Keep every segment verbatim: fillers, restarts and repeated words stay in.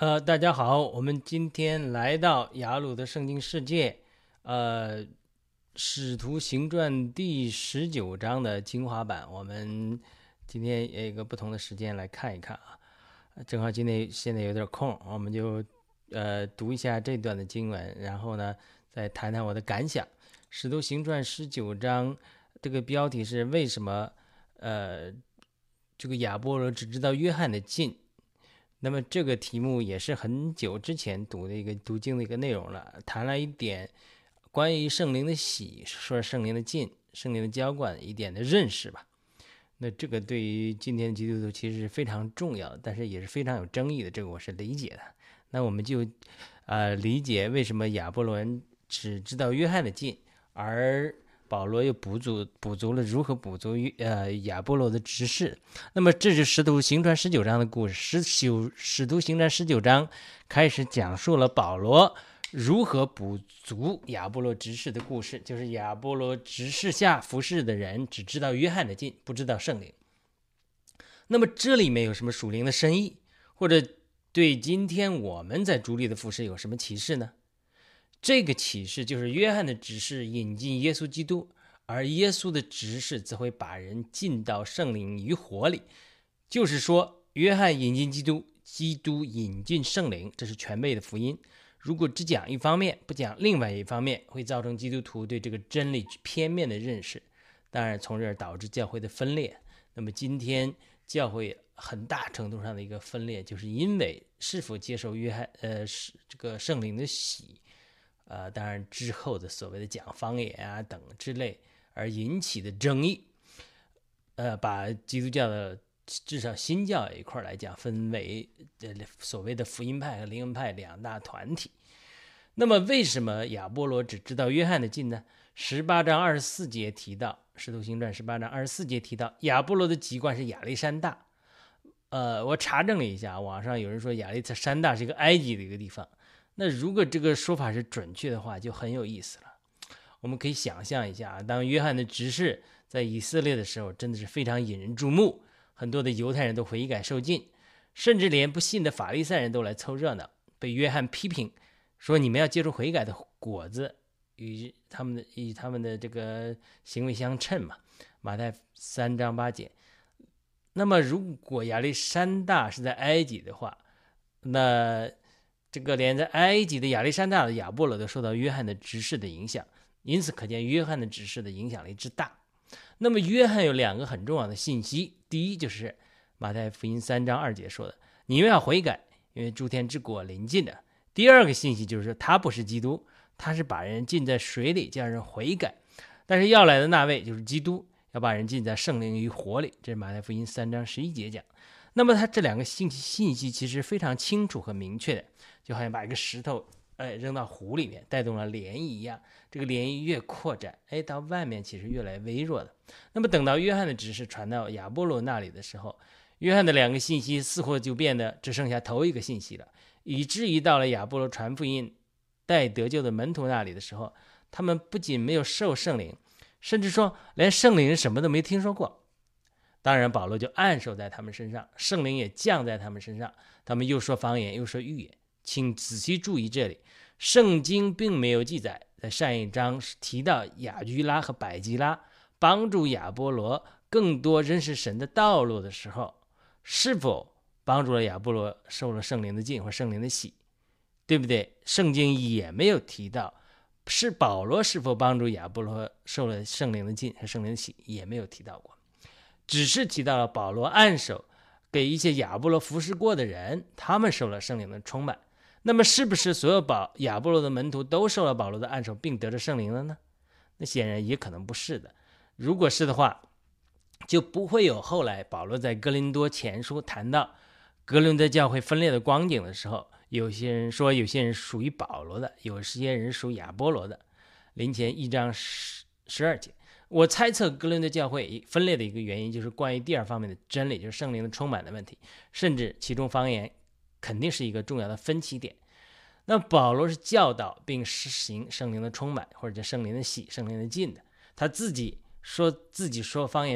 呃，大家好，我们今天来到雅鲁的圣经世界，呃，使徒行传第十九章的精华版，我们今天有一个不同的时间来看一看啊。正好今天现在有点空，我们就呃读一下这段的经文，然后呢再谈谈我的感想。使徒行传十九章这个标题是为什么呃这个亚波罗只知道约翰的近。那么这个题目也是很久之前读的一个读经的一个内容了，谈了一点关于圣灵的喜，说圣灵的近，圣灵的浇灌一点的认识吧。那这个对于今天的基督徒其实是非常重要的，但是也是非常有争议的，这个我是理解的。那我们就呃理解为什么亚波罗只知道约翰的近，而保罗又补足补足了如何补足呃亚波罗的职事。那么这是使徒行传十九章的故事。使九使徒行传十九章开始讲述了保罗如何补足亚波罗职事的故事，就是亚波罗职事下服侍的人只知道约翰的近，不知道圣灵。那么这里面有什么属灵的深意，或者对今天我们在主里的服侍有什么启示呢？这个启示就是约翰的指示引进耶稣基督，而耶稣的指示则会把人进到圣灵与火里。就是说，约翰引进基督，基督引进圣灵，这是全备的福音。如果只讲一方面，不讲另外一方面，会造成基督徒对这个真理片面的认识，当然从这儿导致教会的分裂。那么今天教会很大程度上的一个分裂，就是因为是否接受约翰呃这个圣灵的洗。呃，当然之后的所谓的讲方言啊等之类而引起的争议，呃，把基督教的至少新教一块来讲分为呃所谓的福音派和灵恩派两大团体。那么为什么亚波罗只知道约翰的近呢？十八章二十四节提到，使徒行传十八章二十四节提到亚波罗的籍贯是亚历山大。呃，我查证了一下，网上有人说亚历山大是一个埃及的一个地方。那如果这个说法是准确的话，就很有意思了。我们可以想象一下，当约翰的执事在以色列的时候，真的是非常引人注目，很多的犹太人都悔改受浸，甚至连不信的法利赛人都来凑热闹，被约翰批评说你们要结出悔改的果子，与他们的与他们的这个行为相称嘛。马太三章八节。那么如果亚历山大是在埃及的话，那这个连在埃及的亚历山大的亚波罗都受到约翰的指示的影响，因此可见约翰的指示的影响力之大。那么约翰有两个很重要的信息，第一就是马太福音三章二节说的，你们要悔改，因为诸天之国临近的。第二个信息就是说，他不是基督，他是把人浸在水里，叫人悔改。但是要来的那位就是基督，要把人浸在圣灵与火里，这是马太福音三章十一节讲。那么他这两个信息信息其实非常清楚和明确的，就好像把一个石头哎扔到湖里面，带动了涟漪一样。这个涟漪越扩展，哎，到外面其实越来越微弱的。那么等到约翰的指示传到亚波罗那里的时候，约翰的两个信息似乎就变得只剩下头一个信息了，以至于到了亚波罗传福音带得救的门徒那里的时候，他们不仅没有受圣灵，甚至说连圣灵什么都没听说过。当然保罗就按手在他们身上，圣灵也降在他们身上，他们又说方言又说预言。请仔细注意这里，圣经并没有记载在上一章提到雅居拉和百基拉帮助亚波罗更多认识神的道路的时候，是否帮助了亚波罗受了圣灵的浸或圣灵的洗，对不对？圣经也没有提到是保罗是否帮助亚波罗受了圣灵的浸和圣灵的洗，也没有提到过，只是提到了保罗按手给一些亚波罗服侍过的人，他们受了圣灵的充满。那么是不是所有保亚波罗的门徒都受了保罗的按手并得着圣灵了呢？那显然也可能不是的。如果是的话，就不会有后来保罗在哥林多前书谈到哥林多教会分裂的光景的时候，有些人说有些人属于保罗的，有些人属亚波罗的。林前一章十二节。我猜测哥林多教会分裂的一个原因就是关于第二方面的真理，就是圣灵的充满的问题，甚至其中方言肯定是一个重要的分歧点。那保罗是教导并实行圣灵的充满，或者圣灵的洗、圣灵的浸的。他自己说自己说方言比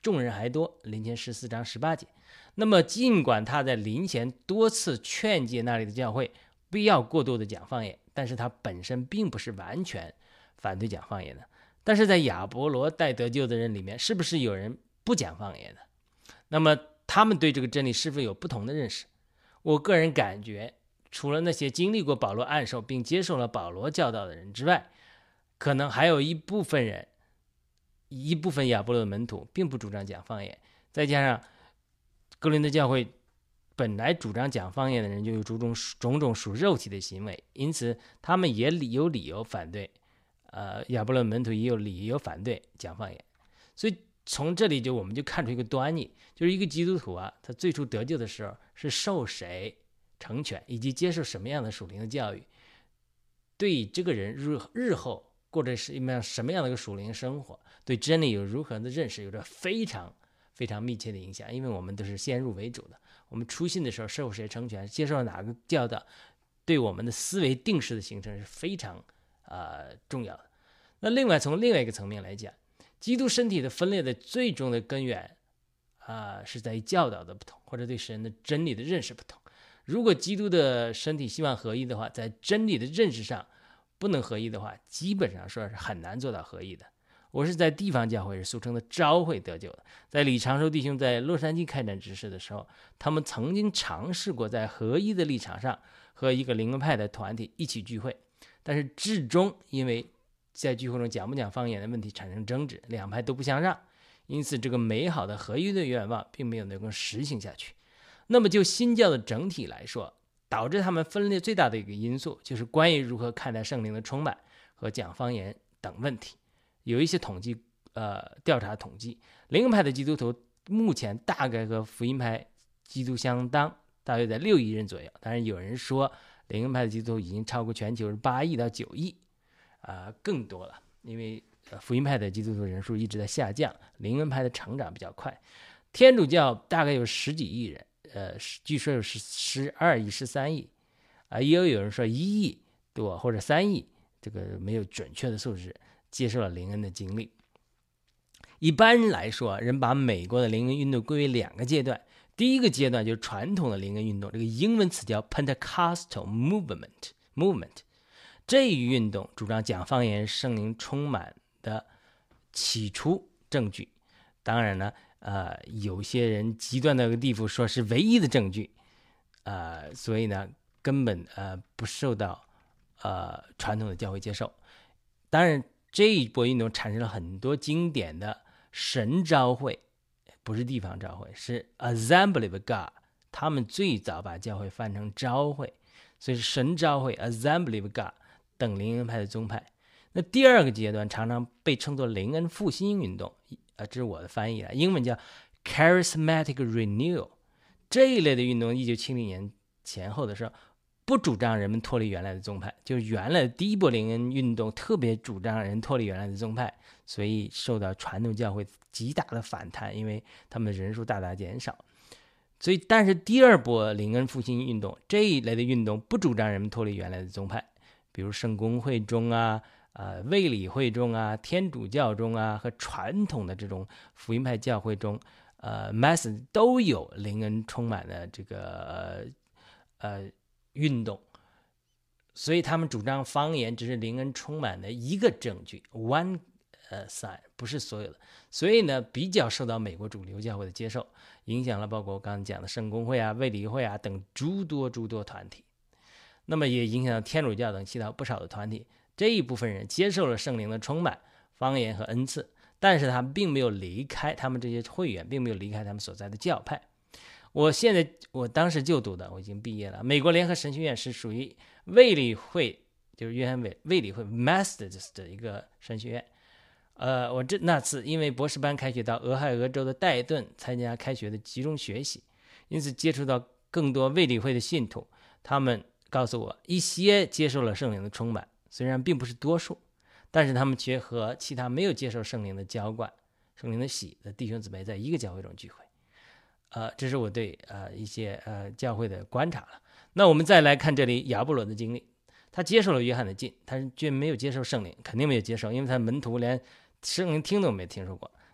众人还多，林前十四章十八节。那么尽管他在林前多次劝诫那里的教会不要过多的讲方言，但是他本身并不是完全反对讲方言的。但是在亚波罗带得救的人里面，是不是有人不讲方言的？那么他们对这个真理是否有不同的认识？我个人感觉，除了那些经历过保罗暗授并接受了保罗教导的人之外，可能还有一部分人，一部分亚波罗的门徒并不主张讲方言，再加上哥林多教会本来主张讲方言的人就有种种种种属肉体的行为，因此他们也有理由反对，呃，亚波罗门徒也有理由反对讲方言。所以从这里就我们就看出一个端倪，就是一个基督徒啊，他最初得救的时候是受谁成全，以及接受什么样的属灵的教育，对这个人日日后过着什么样什么样的一个属灵生活，对真理有如何的认识，有着非常非常密切的影响。因为我们都是先入为主的，我们初信的时候受谁成全，接受了哪个教导，对我们的思维定势的形成是非常呃重要的。那另外从另外一个层面来讲，基督身体的分裂的最终的根源啊、呃，是在于教导的不同，或者对神的真理的认识不同。如果基督的身体希望合一的话，在真理的认识上不能合一的话，基本上说是很难做到合一的。我是在地方教会，是俗称的召会得救的。在李长寿弟兄在洛杉矶开展执事的时候，他们曾经尝试过在合一的立场上和一个灵恩派的团体一起聚会，但是至终因为在聚会中讲不讲方言的问题产生争执，两派都不相让，因此这个美好的合一的愿望并没有能够实行下去。那么就新教的整体来说，导致他们分裂最大的一个因素就是关于如何看待圣灵的充满和讲方言等问题。有一些统计呃调查统计，灵恩派的基督徒目前大概和福音派基督相当，大约在六亿人左右。当然有人说灵恩派的基督徒已经超过全球是八亿到九亿啊、呃，更多了，因为、呃、福音派的基督徒人数一直在下降，灵恩派的成长比较快。天主教大概有十几亿人，呃，据说有十十二亿、十三亿啊、呃，也有有人说一亿多或者三亿，这个没有准确的数字。接受了灵恩的经历。一般来说，人把美国的灵恩运动归为两个阶段。第一个阶段就是传统的灵恩运动，这个英文词叫 Pentecostal movement movement。这一运动主张讲方言、圣灵充满的起初证据。当然呢，呃，有些人极端到一个地步，说是唯一的证据，呃，所以呢，根本呃不受到呃传统的教会接受。当然。这一波运动产生了很多经典的神召会，不是地方召会，是 Assembly of God。他们最早把教会翻成召会，所以是神召会 Assembly of God 等灵恩派的宗派。那第二个阶段常常被称作灵恩复兴运动，呃，这是我的翻译了，英文叫 Charismatic Renewal。这一类的运动，一九七零年前后的时候。不主张人们脱离原来的宗派，就是原来的第一波灵恩运动特别主张人脱离原来的宗派，所以受到传统教会极大的反弹，因为他们的人数大大减少。所以，但是第二波灵恩复兴运动这一类的运动不主张人们脱离原来的宗派，比如圣公会中啊、呃卫理会中啊、天主教中啊和传统的这种福音派教会中，呃 ，Mass 都有灵恩充满的这个呃。运动，所以他们主张方言只是灵恩充满的一个证据 ，one 呃 sign， 不是所有的。所以呢，比较受到美国主流教会的接受，影响了包括我刚才讲的圣公会啊、卫理会啊等诸多诸多团体。那么也影响了天主教等其他不少的团体。这一部分人接受了圣灵的充满、方言和恩赐，但是他们并没有离开他们这些会员，并没有离开他们所在的教派。我现在我当时就读的，我已经毕业了。美国联合神学院是属于卫理会，就是约翰卫卫理会 Methodist 的一个神学院。呃，我这那次因为博士班开学到俄亥俄州的戴顿参加开学的集中学习，因此接触到更多卫理会的信徒。他们告诉我，一些接受了圣灵的充满，虽然并不是多数，但是他们却和其他没有接受圣灵的浇灌、圣灵的洗的弟兄姊妹在一个教会中聚会。呃，这是我对呃一些呃教会的观察了。那我们再来看这里亚波罗的经历，他接受了约翰的浸，他却没有接受圣灵，肯定没有接受，因为他门徒连圣灵听都没听说过。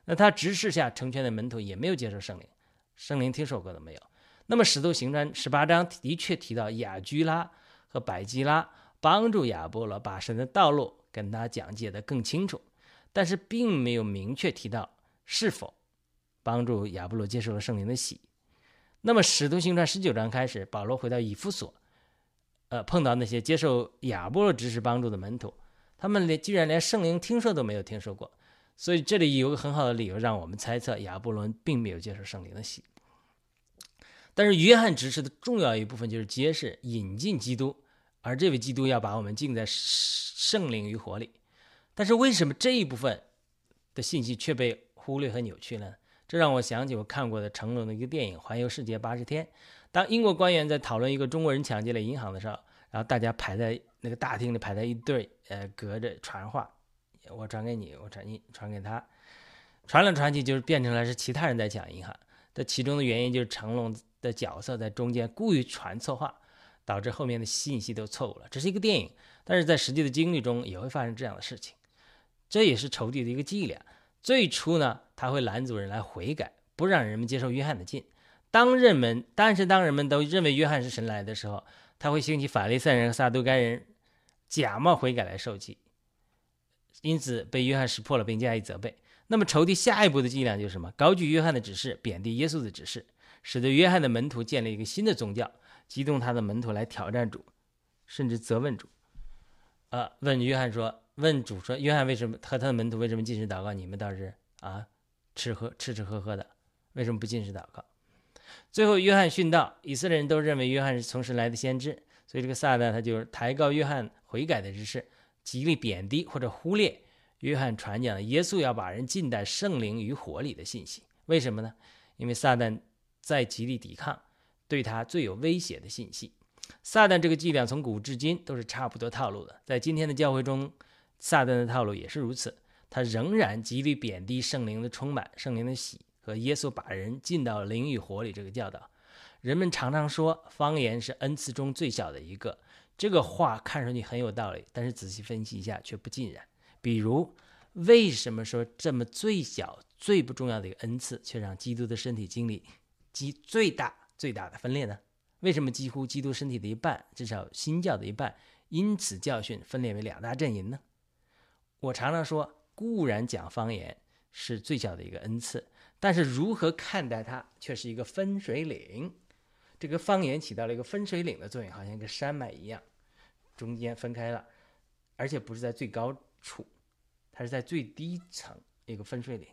那他执事下成全的门徒也没有接受圣灵，圣灵听说过都没有。那么使徒行传十八章的确提到亚居拉和百基拉帮助亚波罗把神的道路跟他讲解得更清楚，但是并没有明确提到是否帮助亚波罗接受了圣灵的洗。那么使徒行传十九章开始，保罗回到以弗所，呃，碰到那些接受亚波罗执事帮助的门徒，他们连居然连圣灵听说都没有听说过，所以这里有个很好的理由让我们猜测亚波罗并没有接受圣灵的洗。但是约翰执事的重要一部分就是揭示引进基督，而这位基督要把我们浸在圣灵与火里。但是为什么这一部分的信息却被忽略和扭曲了呢？这让我想起我看过的成龙的一个电影《环游世界八十天》。当英国官员在讨论一个中国人抢劫了银行的时候，然后大家排在那个大厅里排在一队，呃，隔着传话，我传给你，我传你，传给他，传来传去就是变成了是其他人在抢银行。这其中的原因就是成龙的角色在中间故意传错话，导致后面的信息都错误了。这是一个电影，但是在实际的经历中也会发生这样的事情，这也是仇敌的一个伎俩。最初呢，他会拦阻人来悔改，不让人们接受约翰的信。当人们，但是当人们都认为约翰是神来的时候，他会兴起法利赛人和撒都该人假冒悔改来受祭，因此被约翰识破了并加以责备。那么仇敌下一步的伎俩就是什么？高举约翰的指示，贬低耶稣的指示，使得约翰的门徒建立一个新的宗教，激动他的门徒来挑战主，甚至责问主。呃，问约翰说，问主说，约翰为什么和他的门徒为什么禁食祷告？你们倒是啊，吃喝吃吃喝喝的，为什么不禁食祷告？最后约翰殉道，以色列人都认为约翰是从神来的先知，所以这个撒旦他就抬高约翰悔改的指示，极力贬低或者忽略约翰传讲的耶稣要把人浸在圣灵与火里的信息。为什么呢？因为撒旦在极力抵抗对他最有威胁的信息。撒旦这个伎俩从古至今都是差不多套路的，在今天的教会中，撒旦的套路也是如此，他仍然极力贬低圣灵的充满、圣灵的洗和耶稣把人浸到灵与火里这个教导。人们常常说方言是恩赐中最小的一个，这个话看上去很有道理，但是仔细分析一下却不尽然。比如为什么说这么最小最不重要的一个恩赐却让基督的身体经历最大最大的分裂呢？为什么几乎基督身体的一半，至少新教的一半，因此教训分裂为两大阵营呢？我常常说，固然讲方言是最小的一个恩赐，但是如何看待它却是一个分水岭。这个方言起到了一个分水岭的作用，好像一个山脉一样，中间分开了，而且不是在最高处，它是在最低层一个分水岭。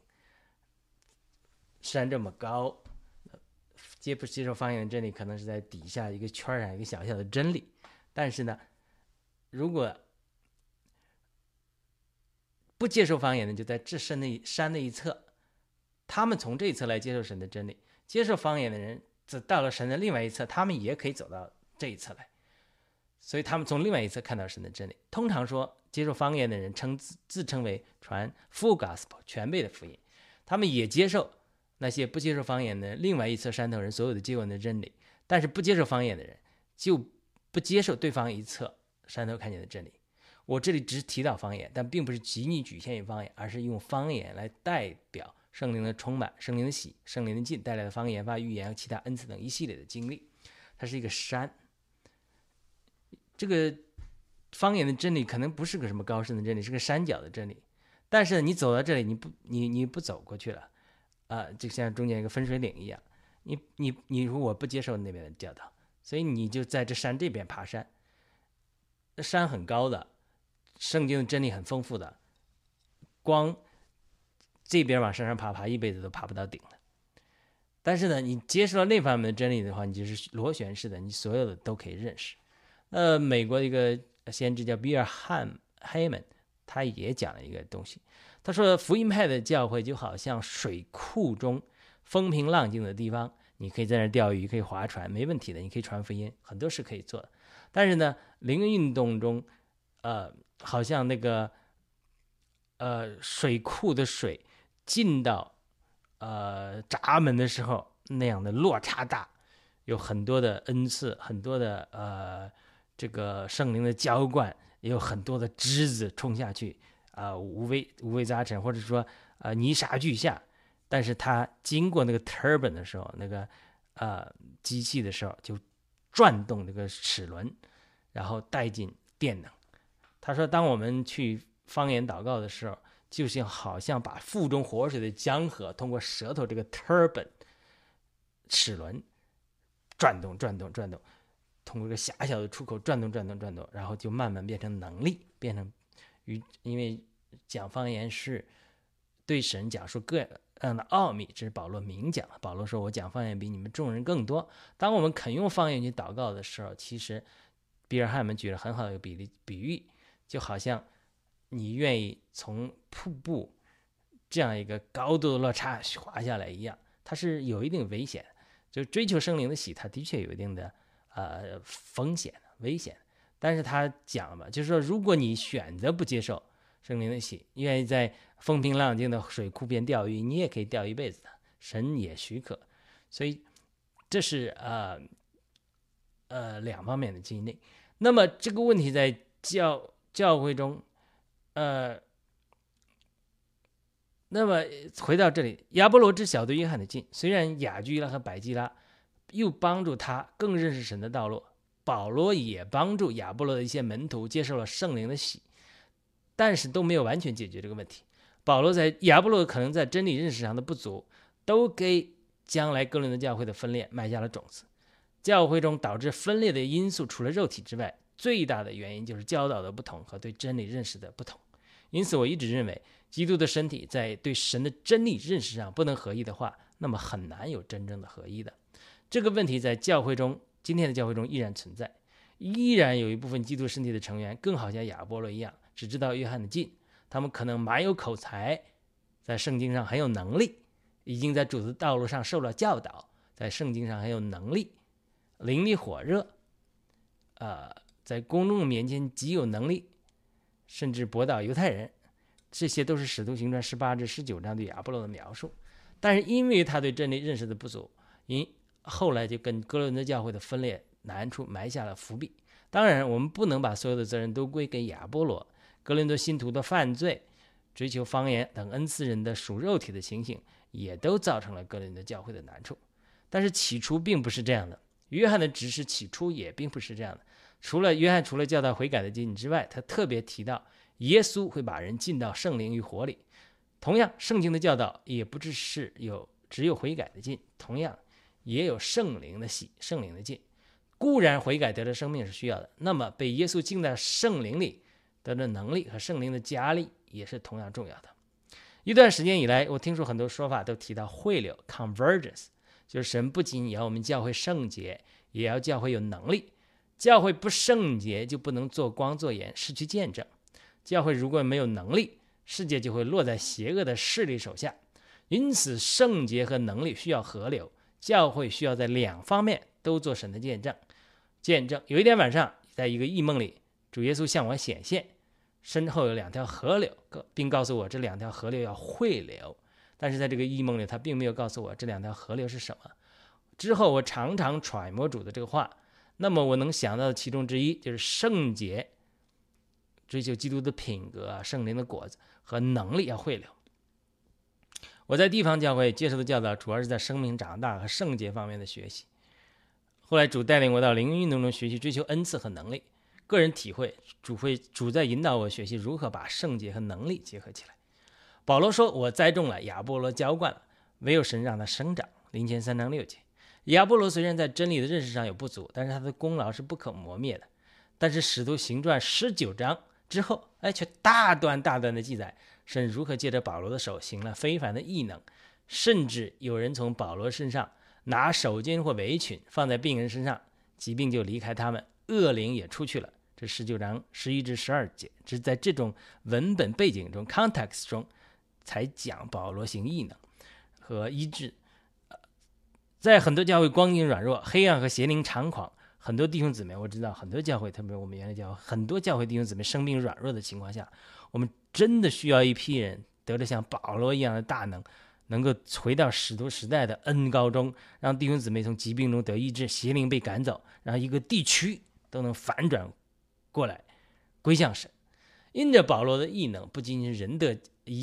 山这么高，接不接受方言的真理可能是在底下一个圈上一个小小的真理，但是呢，如果不接受方言的就在这山的山的一侧，他们从这一侧来接受神的真理；接受方言的人则到了神的另外一侧，他们也可以走到这一侧来，所以他们从另外一侧看到神的真理。通常说，接受方言的人称自自称为传 full gospel 全备的福音，他们也接受那些不接受方言的另外一侧山头人所有的经文的真理，但是不接受方言的人就不接受对方一侧山头看见的真理。我这里只提到方言，但并不是仅仅局限于方言，而是用方言来代表圣灵的充满、圣灵的喜、圣灵的浸带来的方言法、预言和其他恩赐等一系列的经历。它是一个山，这个方言的真理可能不是个什么高深的真理，是个山脚的真理。但是你走到这里，你不你你不走过去了啊、呃，就像中间一个分水岭一样。你你你如果不接受那边的教导，所以你就在这山这边爬山。山很高的，圣经的真理很丰富的，光这边往山上爬，爬一辈子都爬不到顶的。但是呢，你接受了那方面的真理的话，你就是螺旋式的，你所有的都可以认识。呃，美国的一个先知叫比尔汉黑门，他也讲了一个东西，他说福音派的教会就好像水库中风平浪静的地方，你可以在那钓鱼，可以划船，没问题的，你可以传福音，很多事可以做的。但是呢，灵运动中，呃，好像那个呃水库的水进到呃闸门的时候，那样的落差大，有很多的恩赐，很多的呃这个圣灵的浇灌，也有很多的枝子冲下去啊、呃，五味五味杂陈，或者说呃泥沙俱下，但是他经过那个 turbine 的时候，那个呃机器的时候，就转动这个齿轮，然后带进电能。他说，当我们去方言祷告的时候，就像好像把腹中活水的江河通过舌头这个 turbine 齿轮转动转动转动，通过一个狭小的出口转动转动转动，然后就慢慢变成能力，变成与因为讲方言是对神讲述各样的奥秘，这是保罗明讲的。保罗说，我讲方言比你们众人更多。当我们肯用方言去祷告的时候，其实比尔汉们举了很好的一个比例比喻，就好像你愿意从瀑布这样一个高度的落差滑下来一样，它是有一定危险的。就追求圣灵的喜，它的确有一定的呃风险危险。但是他讲嘛，就是说，如果你选择不接受圣灵的喜，愿意在风平浪静的水库边钓鱼，你也可以钓一辈子的，神也许可。所以这是呃呃两方面的经历。那么这个问题在教教会中，呃，那么回到这里，亚波罗之小对约翰的近，虽然雅居拉和百基拉又帮助他更认识神的道路，保罗也帮助亚波罗的一些门徒接受了圣灵的洗，但是都没有完全解决这个问题。保罗在亚波罗可能在真理认识上的不足，都给将来哥林多教会的分裂埋下了种子。教会中导致分裂的因素，除了肉体之外，最大的原因就是教导的不同和对真理认识的不同。因此我一直认为，基督的身体在对神的真理认识上不能合一的话，那么很难有真正的合一的。这个问题在教会中，今天的教会中依然存在，依然有一部分基督身体的成员更好像亚波罗一样，只知道约翰的近，他们可能蛮有口才，在圣经上很有能力，已经在主的道路上受了教导，在圣经上很有能力，灵力火热，呃，在公众面前极有能力，甚至驳倒犹太人。这些都是使徒行传十八至十九章对亚波罗的描述。但是因为他对真理认识的不足，因后来就跟哥林多教会的分裂难处埋下了伏笔。当然我们不能把所有的责任都归给亚波罗，哥林多信徒的犯罪、追求方言等恩赐人的属肉体的情形，也都造成了哥林多教会的难处。但是起初并不是这样的，约翰的指示起初也并不是这样的。除了约翰除了教导悔改的禁之外，他特别提到耶稣会把人进到圣灵与火里。同样，圣经的教导也不只是有只有悔改的禁，同样也有圣灵的洗、圣灵的禁。固然悔改得了生命是需要的，那么被耶稣进到圣灵里得了能力和圣灵的加力也是同样重要的。一段时间以来，我听说很多说法都提到汇流 convergence， 就是神不仅要我们教会圣洁，也要教会有能力。教会不圣洁就不能做光做盐，失去见证。教会如果没有能力，世界就会落在邪恶的势力手下。因此圣洁和能力需要合流，教会需要在两方面都做神的见证。见证有一天晚上，在一个异梦里，主耶稣向我显现，身后有两条河流，并告诉我这两条河流要汇流。但是在这个异梦里，他并没有告诉我这两条河流是什么。之后我常常揣摩主的这个话，那么我能想到的其中之一就是圣洁，追求基督的品格、圣灵的果子和能力要汇流。我在地方教会接受的教导主要是在生命长大和圣洁方面的学习。后来主带领我到灵运动中学习追求恩赐和能力，个人体会主会主在引导我学习如何把圣洁和能力结合起来。保罗说，我栽种了，亚波罗浇灌了，唯有神让它生长。林前三章六节。亚波罗虽然在真理的认识上有不足，但是他的功劳是不可磨灭的。但是使徒行传十九章之后，哎，却大段大段的记载神如何借着保罗的手行了非凡的异能，甚至有人从保罗身上拿手巾或围裙放在病人身上，疾病就离开他们，恶灵也出去了。这十九章十一至十二节，只是在这种文本背景中 context 中才讲保罗行异能和医治。在很多教会光景软弱，黑暗和邪灵猖狂，很多弟兄姊妹，我知道很多教会，特别我们原来教会很多教会弟兄姊妹生病软弱的情况下，我们真的需要一批人得着像保罗一样的大能，能够回到使徒时代的恩膏中，让弟兄姊妹从疾病中得医治，邪灵被赶走，让一个地区都能反转过来归向神。因着保罗的异能，不仅仅是人得医治，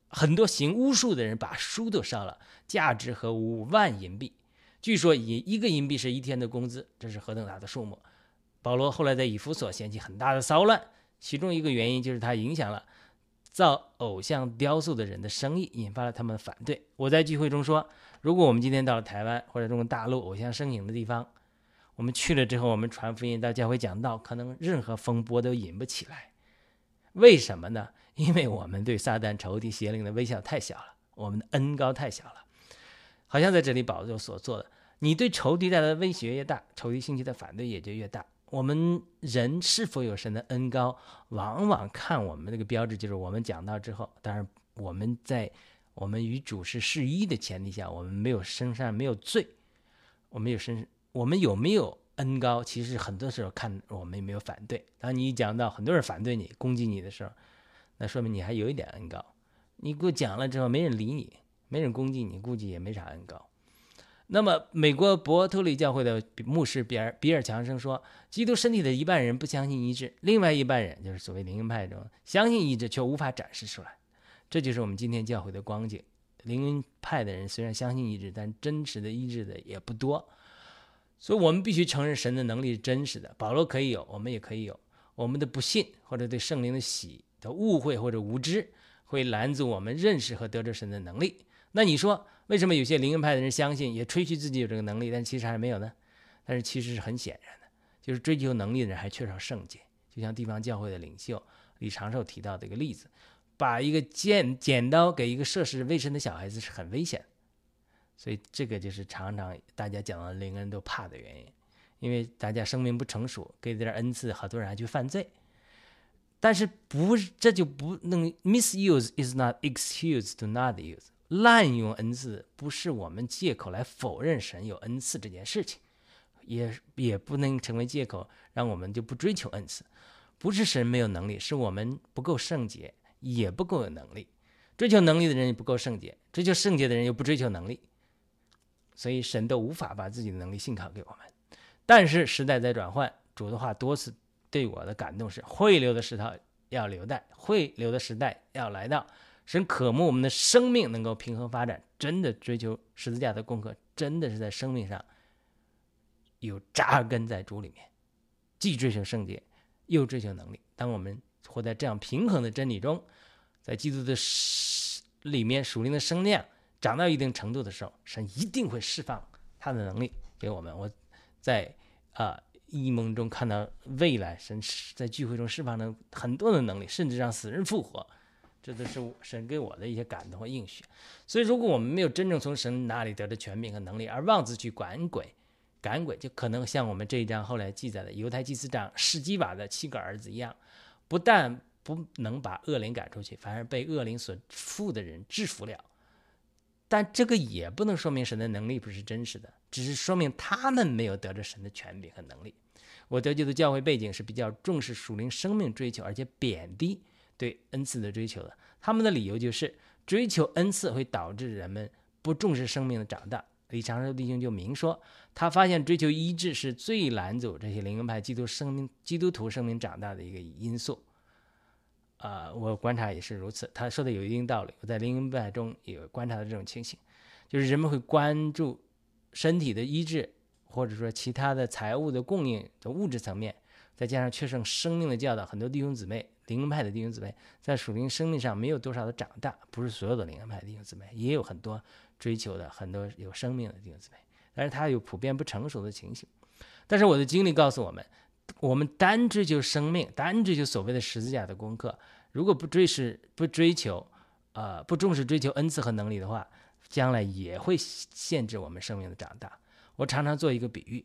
很多行巫术的人把书都烧了，价值和五万银币。据说以一个银币是一天的工资，这是何等大的数目。保罗后来在以弗所掀起很大的骚乱，其中一个原因就是他影响了造偶像雕塑的人的生意，引发了他们反对。我在聚会中说，如果我们今天到了台湾或者中国大陆偶像盛行的地方，我们去了之后，我们传福音到教会讲道，可能任何风波都引不起来。为什么呢？因为我们对撒旦仇敌邪灵的威胁太小了，我们的恩高太小了。好像在这里保罗所做的，你对仇敌带来的威胁越大，仇敌兴起的反对也就越大。我们人是否有神的恩高，往往看我们这个标志，就是我们讲到之后，当然我们在我们与主是适一的前提下，我们没有身上没有罪，我们有身我们有没有恩高，其实很多时候看我们有没有反对。当你一讲到很多人反对你攻击你的时候，那说明你还有一点恩高。你给我讲了之后没人理你，没人攻击你，估计也没啥恩高。那么美国伯特利教会的牧师比尔比尔强生说，基督身体的一半人不相信医治，另外一半人就是所谓灵恩派中相信医治却无法展示出来。这就是我们今天教会的光景。灵恩派的人虽然相信医治，但真实的医治的也不多。所以我们必须承认神的能力是真实的，保罗可以有，我们也可以有。我们的不信或者对圣灵的喜的误会或者无知，会拦阻我们认识和得着神的能力。那你说为什么有些灵恩派的人相信，也吹嘘自己有这个能力，但其实还没有呢？但是其实是很显然的，就是追求能力的人还缺少圣洁。就像地方教会的领袖李长寿提到的一个例子，把一个剪剪刀给一个涉世未深的小孩子是很危险的。所以这个就是常常大家讲的灵恩都怕的原因，因为大家生命不成熟，给点恩赐，好多人还去犯罪。但是不，这就不能 misuse is not excuse to not use。滥用恩赐不是我们借口来否认神有恩赐这件事情，也也不能成为借口让我们就不追求恩赐。不是神没有能力，是我们不够圣洁，也不够有能力。追求能力的人也不够圣洁，追求圣洁的人又不追求能力。所以神都无法把自己的能力信靠给我们。但是时代在转换，主的话多次对我的感动是，汇流的时代要留待，汇流的时代要来到。神渴慕我们的生命能够平衡发展，真的追求十字架的功课，真的是在生命上有扎根在主里面，既追求圣洁又追求能力。当我们活在这样平衡的真理中，在基督的里面属灵的生量长到一定程度的时候，神一定会释放他的能力给我们。我在啊、呃、异梦中看到未来神在聚会中释放了很多的能力，甚至让死人复活，这都是神给我的一些感动和应许。所以如果我们没有真正从神那里得的权柄和能力，而妄自去赶鬼赶鬼，就可能像我们这一章后来记载的犹太祭司长示基法的七个儿子一样，不但不能把恶灵赶出去，反而被恶灵所附的人制服了。但这个也不能说明神的能力不是真实的，只是说明他们没有得着神的权柄和能力。我得救的教会背景是比较重视属灵生命追求，而且贬低对恩赐的追求的。他们的理由就是追求恩赐会导致人们不重视生命的长大。李长寿弟兄就明说，他发现追求医治是最拦阻这些灵恩派基督生命基督徒生命长大的一个因素。呃，我观察也是如此，他说的有一定道理。我在灵恩派中也观察到这种情形，就是人们会关注身体的医治，或者说其他的财物的供应的物质层面，再加上缺少生命的教导，很多弟兄姊妹，灵恩派的弟兄姊妹在属灵生命上没有多少的长大。不是所有的灵恩派的弟兄姊妹，也有很多追求的很多有生命的弟兄姊妹，但是他有普遍不成熟的情形。但是我的经历告诉我们，我们单追求生命，单追求所谓的十字架的功课，如果不追视不追求呃不重视追求恩赐和能力的话，将来也会限制我们生命的长大。我常常做一个比喻，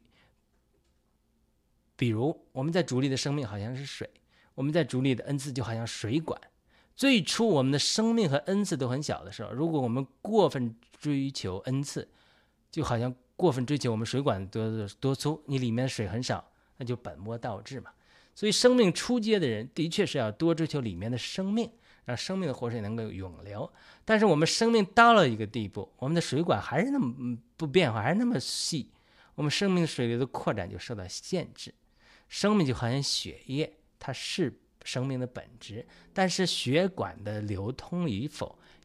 比如我们在主里的生命好像是水，我们在主里的恩赐就好像水管。最初我们的生命和恩赐都很小的时候，如果我们过分追求恩赐，就好像过分追求我们水管多多粗，你里面的水很少，那就本末倒置嘛。所以生命初阶的人的确是要多追求里面的生命，让生命的活水能够永流。但是我们生命到了一个地步，我们的水管还是那么不变化，还是那么细，我们生命水流的扩展就受到限制。生命就好像血液，它是生命的本质，但是血管的流通与否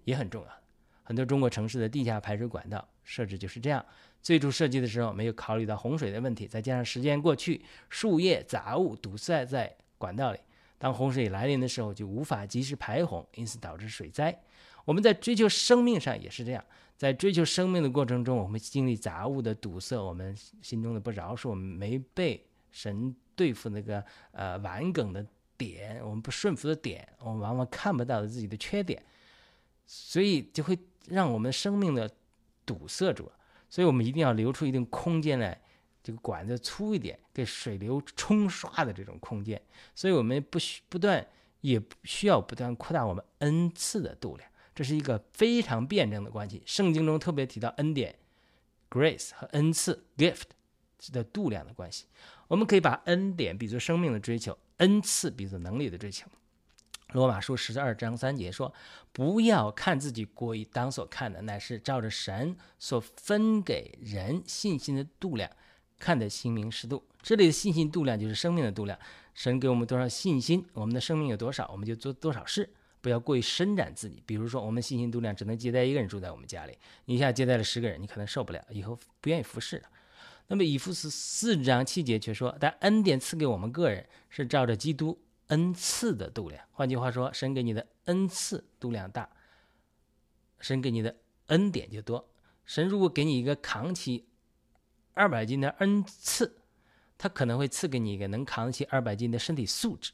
也很重要。很多中国城市的地下排水管道设置就是这样，最初设计的时候没有考虑到洪水的问题，再加上时间过去，树叶杂物堵塞在管道里，当洪水来临的时候就无法及时排洪，因此导致水灾。我们在追求生命上也是这样，在追求生命的过程中，我们经历杂物的堵塞，我们心中的不饶恕，我们没被神对付那个呃顽梗的点，我们不顺服的点，我们往往看不到自己的缺点，所以就会让我们生命的堵塞住了。所以我们一定要留出一定空间来，这个管子粗一点，给水流冲刷的这种空间。所以我们不需不断也需要不断扩大我们恩赐的度量，这是一个非常辩证的关系。圣经中特别提到恩典 grace 和恩赐 gift 的度量的关系。我们可以把恩典比作生命的追求，恩赐比作能力的追求。罗马书十二章三节说，不要看自己过于当所看的，乃是照着神所分给人信心的度量看得心明实度。这里的信心度量就是生命的度量，神给我们多少信心，我们的生命有多少，我们就做多少事，不要过于伸展自己。比如说我们信心度量只能接待一个人住在我们家里，你一下接待了十个人，你可能受不了，以后不愿意服侍了。那么以弗所四章七节却说，但恩典赐给我们个人是照着基督恩赐的度量。换句话说，神给你的恩赐度量大，神给你的恩典就多。神如果给你一个扛起二百斤的恩赐，他可能会赐给你一个能扛起二百斤的身体素质。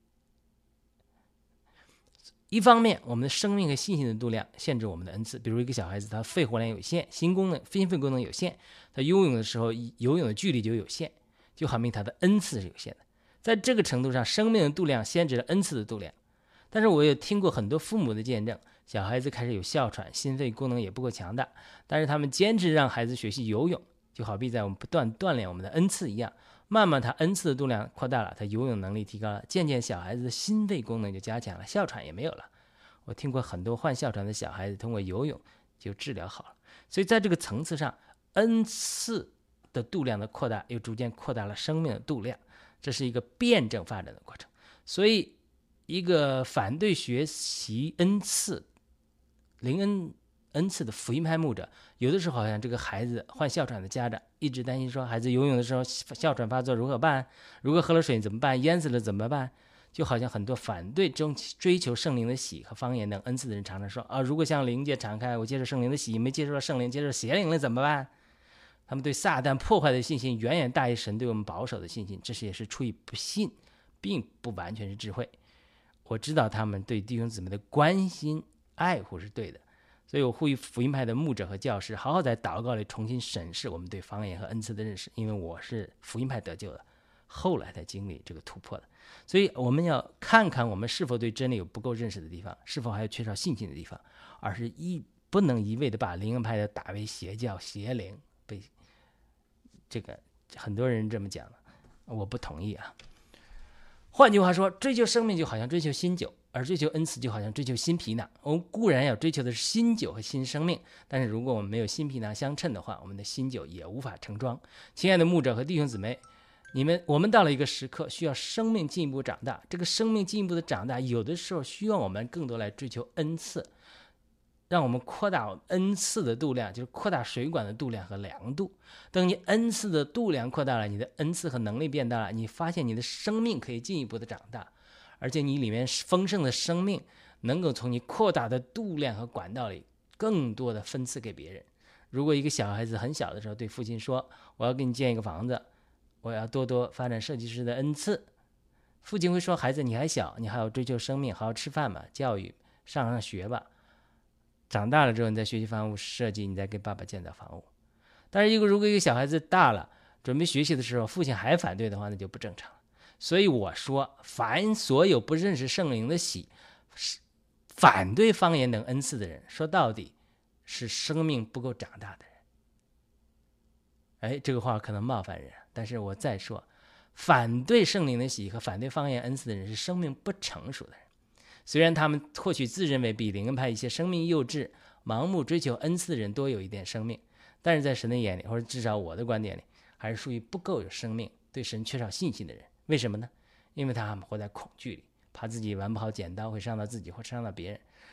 一方面，我们的生命和信心的度量限制我们的恩赐。比如一个小孩子，他肺活量有限，心功能、心肺功能有限，他游泳的时候游泳的距离就有限，就好比他的恩赐是有限的。在这个程度上，生命的度量限制了恩赐的度量。但是我也听过很多父母的见证，小孩子开始有哮喘，心肺功能也不够强大，但是他们坚持让孩子学习游泳，就好比在我们不断锻炼我们的恩赐一样，慢慢他恩赐的度量扩大了，他游泳能力提高了，渐渐小孩子的心肺功能就加强了，哮喘也没有了。我听过很多患哮喘的小孩子通过游泳就治疗好了。所以在这个层次上，恩赐的度量的扩大又逐渐扩大了生命的度量，这是一个辩证发展的过程。所以一个反对学习恩赐灵恩恩赐的福音派牧者，有的时候好像这个孩子患哮喘的家长一直担心说，孩子游泳的时候哮喘发作如何办，如果喝了水怎么办，淹死了怎么办，就好像很多反对中追求圣灵的喜和方言等恩赐的人常常说啊，如果向灵界敞开，我接受圣灵的喜，没接受到圣灵，接受邪灵了怎么办？他们对撒旦破坏的信心远远大于神对我们保守的信心，这是也是出于不信，并不完全是智慧。我知道他们对弟兄姊妹的关心爱护是对的，所以我呼吁福音派的牧者和教师好好在祷告里重新审视我们对方言和恩赐的认识，因为我是福音派得救的，后来才经历这个突破的。所以我们要看看我们是否对真理有不够认识的地方，是否还有缺少信心的地方，而是一不能一味的把灵恩派的打为邪教邪灵，被这个很多人这么讲了，我不同意啊。换句话说，追求生命就好像追求新酒，而追求恩赐就好像追求新皮囊。我们固然要追求的是新酒和新生命，但是如果我们没有新皮囊相称的话，我们的新酒也无法盛装。亲爱的牧者和弟兄姊妹，你们我们到了一个时刻，需要生命进一步长大。这个生命进一步的长大，有的时候需要我们更多来追求恩赐，让我们扩大恩赐的度量，就是扩大水管的度量和量度。等你恩赐的度量扩大了，你的恩赐和能力变大了，你发现你的生命可以进一步的长大，而且你里面丰盛的生命能够从你扩大的度量和管道里更多的分赐给别人。如果一个小孩子很小的时候对父亲说，我要给你建一个房子，我要多多发展设计师的恩赐，父亲会说，孩子你还小，你还要追求生命，好好吃饭吧，教育上上学吧，长大了之后你再学习房屋设计，你再给爸爸建造房屋。但是一个如果一个小孩子大了准备学习的时候，父亲还反对的话，那就不正常了。所以我说，凡所有不认识圣灵的喜，反对方言等恩赐的人，说到底是生命不够长大的人。哎，这个话可能冒犯人，但是我再说，反对圣灵的喜和反对方言恩赐的人是生命不成熟的人。虽然他们或许自认为比灵恩派一些生命幼稚、盲目追求恩赐的人多有一点生命，但是在神的眼里，或者至少我的观点里，还是属于不够有生命、对神缺少信心的人。为什么呢？因为他们活在恐惧里，怕自己玩不好剪刀会伤到自己或伤到别人。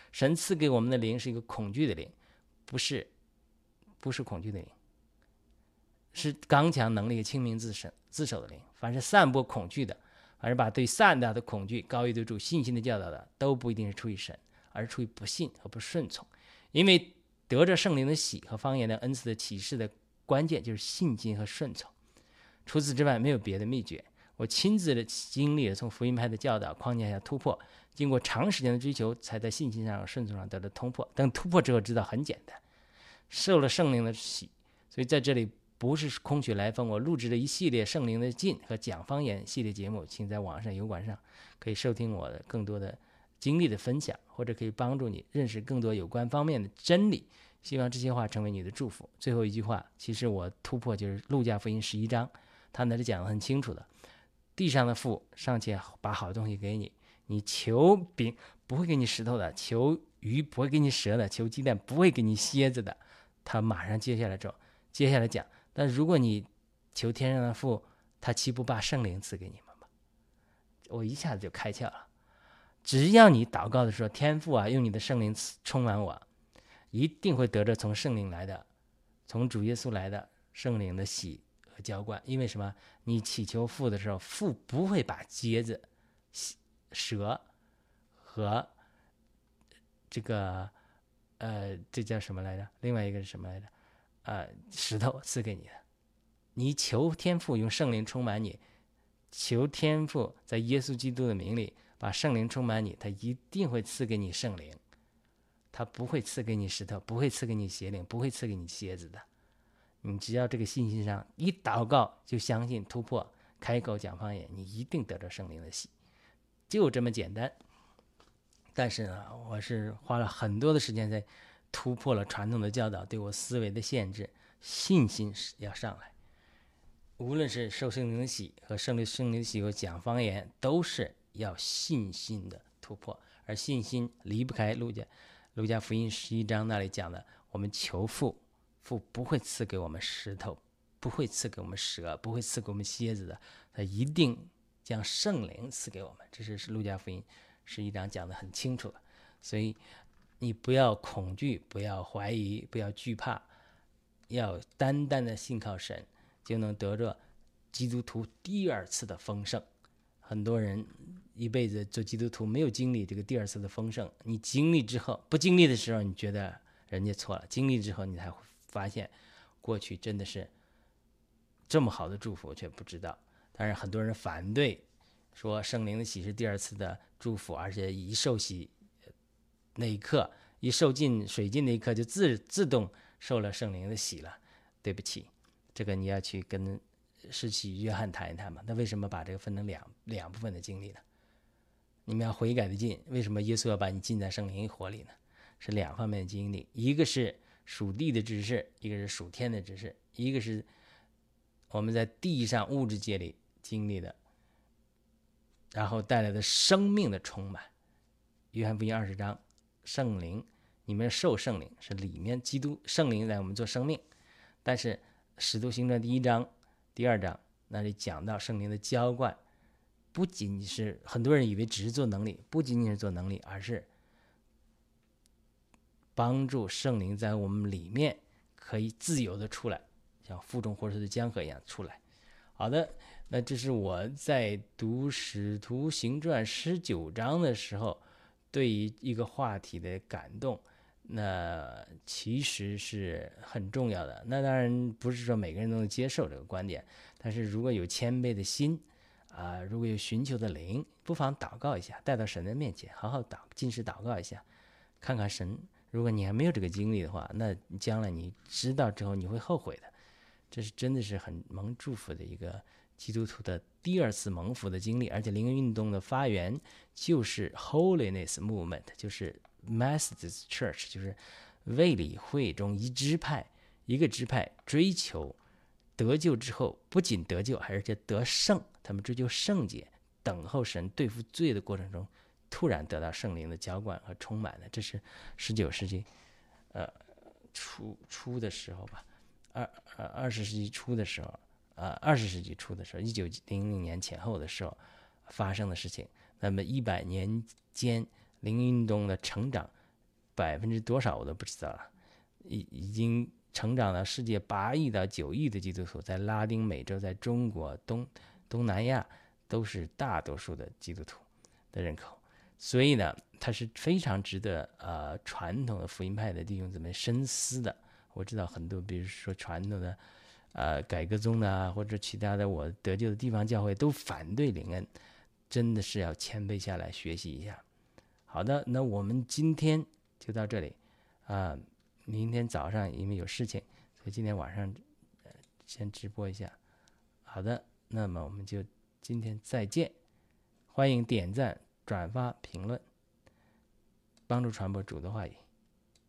神赐给我们的灵是一个恐惧的灵，不是不是恐惧的灵，是刚强能力、清明自守自守的灵。凡是散播恐惧的，凡是把对善的的恐惧高于对主信心的教导的，都不一定是出于神，而是出于不信和不顺从。因为得着圣灵的喜和方言的恩赐的启示的关键就是信心和顺从，除此之外没有别的秘诀。我亲自的经历了从福音派的教导框架下突破，经过长时间的追求，才在信心上和顺从上得到突破。等突破之后知道很简单，受了圣灵的喜。所以在这里不是空穴来风，我录制了一系列圣灵的浸和讲方言系列节目，请在网上油管上可以收听我的更多的经历的分享，或者可以帮助你认识更多有关方面的真理。希望这些话成为你的祝福。最后一句话，其实我突破就是路加福音十一章，他那里讲得很清楚的，地上的父尚且把好东西给你，你求饼不会给你石头的，求鱼不会给你蛇的，求鸡蛋不会给你蝎子的。他马上接下来说，接下来讲，但如果你求天上的父，他岂不把圣灵赐给你们吗？我一下子就开窍了。只要你祷告的时候，天父啊，用你的圣灵充满我，一定会得着从圣灵来的，从主耶稣来的圣灵的喜和浇灌。因为什么？你祈求父的时候，父不会把蝎子、蛇和这个呃，这叫什么来着？另外一个是什么来着？呃，石头赐给你的。你求天父用圣灵充满你，求天父在耶稣基督的名里把圣灵充满你，他一定会赐给你圣灵。他不会赐给你石头，不会赐给你邪灵，不会赐给你蝎子的。你只要这个信心上一祷告就相信突破，开口讲方言，你一定得着圣灵的喜，就这么简单。但是呢，我是花了很多的时间在突破了传统的教导对我思维的限制，信心要上来。无论是受圣灵的喜和圣灵圣灵的喜和讲方言，都是要信心的突破，而信心离不开路加路加福音十一章那里讲的，我们求父，父不会赐给我们石头，不会赐给我们蛇，不会赐给我们蝎子的，他一定将圣灵赐给我们。这是路加福音十一章讲的很清楚的。所以你不要恐惧，不要怀疑，不要惧怕，要单单的信靠神，就能得着基督徒第二次的丰盛。很多人一辈子做基督徒没有经历这个第二次的丰盛，你经历之后，不经历的时候你觉得人家错了，经历之后你才会发现过去真的是这么好的祝福，却不知道。但是很多人反对说圣灵的喜是第二次的祝福，而且一受洗那一刻，一受浸水浸那一刻就自自动受了圣灵的喜了。对不起，这个你要去跟施洗约翰谈一谈嘛，那为什么把这个分成两两部分的经历呢？你们要悔改的浸，为什么耶稣要把你浸在圣灵火里呢？是两方面的经历，一个是属地的知识，一个是属天的知识，一个是我们在地上物质界里经历的，然后带来的生命的充满。约翰福音二十章，圣灵，你们受圣灵是里面基督圣灵让我们做生命。但是使徒行传第一章第二章那里讲到圣灵的浇灌，不仅仅是很多人以为只是做能力，不仅仅是做能力，而是帮助圣灵在我们里面可以自由的出来，像腹中活出的江河一样出来。好的，那这是我在读使徒行传十九章的时候对于一个话题的感动，那其实是很重要的。那当然不是说每个人都能接受这个观点，但是如果有谦卑的心啊、呃，如果有寻求的灵，不妨祷告一下，带到神的面前，好好祷进食祷告一下，看看神。如果你还没有这个经历的话，那将来你知道之后你会后悔的。这是真的是很蒙祝福的一个基督徒的第二次蒙福的经历。而且灵恩运动的发源就是 Holiness Movement， 就是 Methodist Church， 就是卫理会中一支派，一个支派追求得救之后不仅得救，而且得圣，他们追求圣洁，等候神对付罪的过程中突然得到圣灵的浇灌和充满的。这是十九世纪呃初初的时候吧，二二十世纪初的时候，呃二十世纪初的时候，一九零零年前后的时候发生的事情。那么一百年间灵运动的成长百分之多少我都不知道了，已已经成长到世界八亿到九亿的基督徒，在拉丁美洲、在中国、东东南亚都是大多数的基督徒的人口，所以呢，它是非常值得呃传统的福音派的弟兄姊妹深思的。我知道很多，比如说传统的呃改革宗的或者其他的我得救的地方教会都反对灵恩，真的是要谦卑下来学习一下。好的，那我们今天就到这里啊、呃，明天早上因为有事情，所以今天晚上、呃、先直播一下。好的，那么我们就今天再见，欢迎点赞、转发、评论，帮助传播主的话语。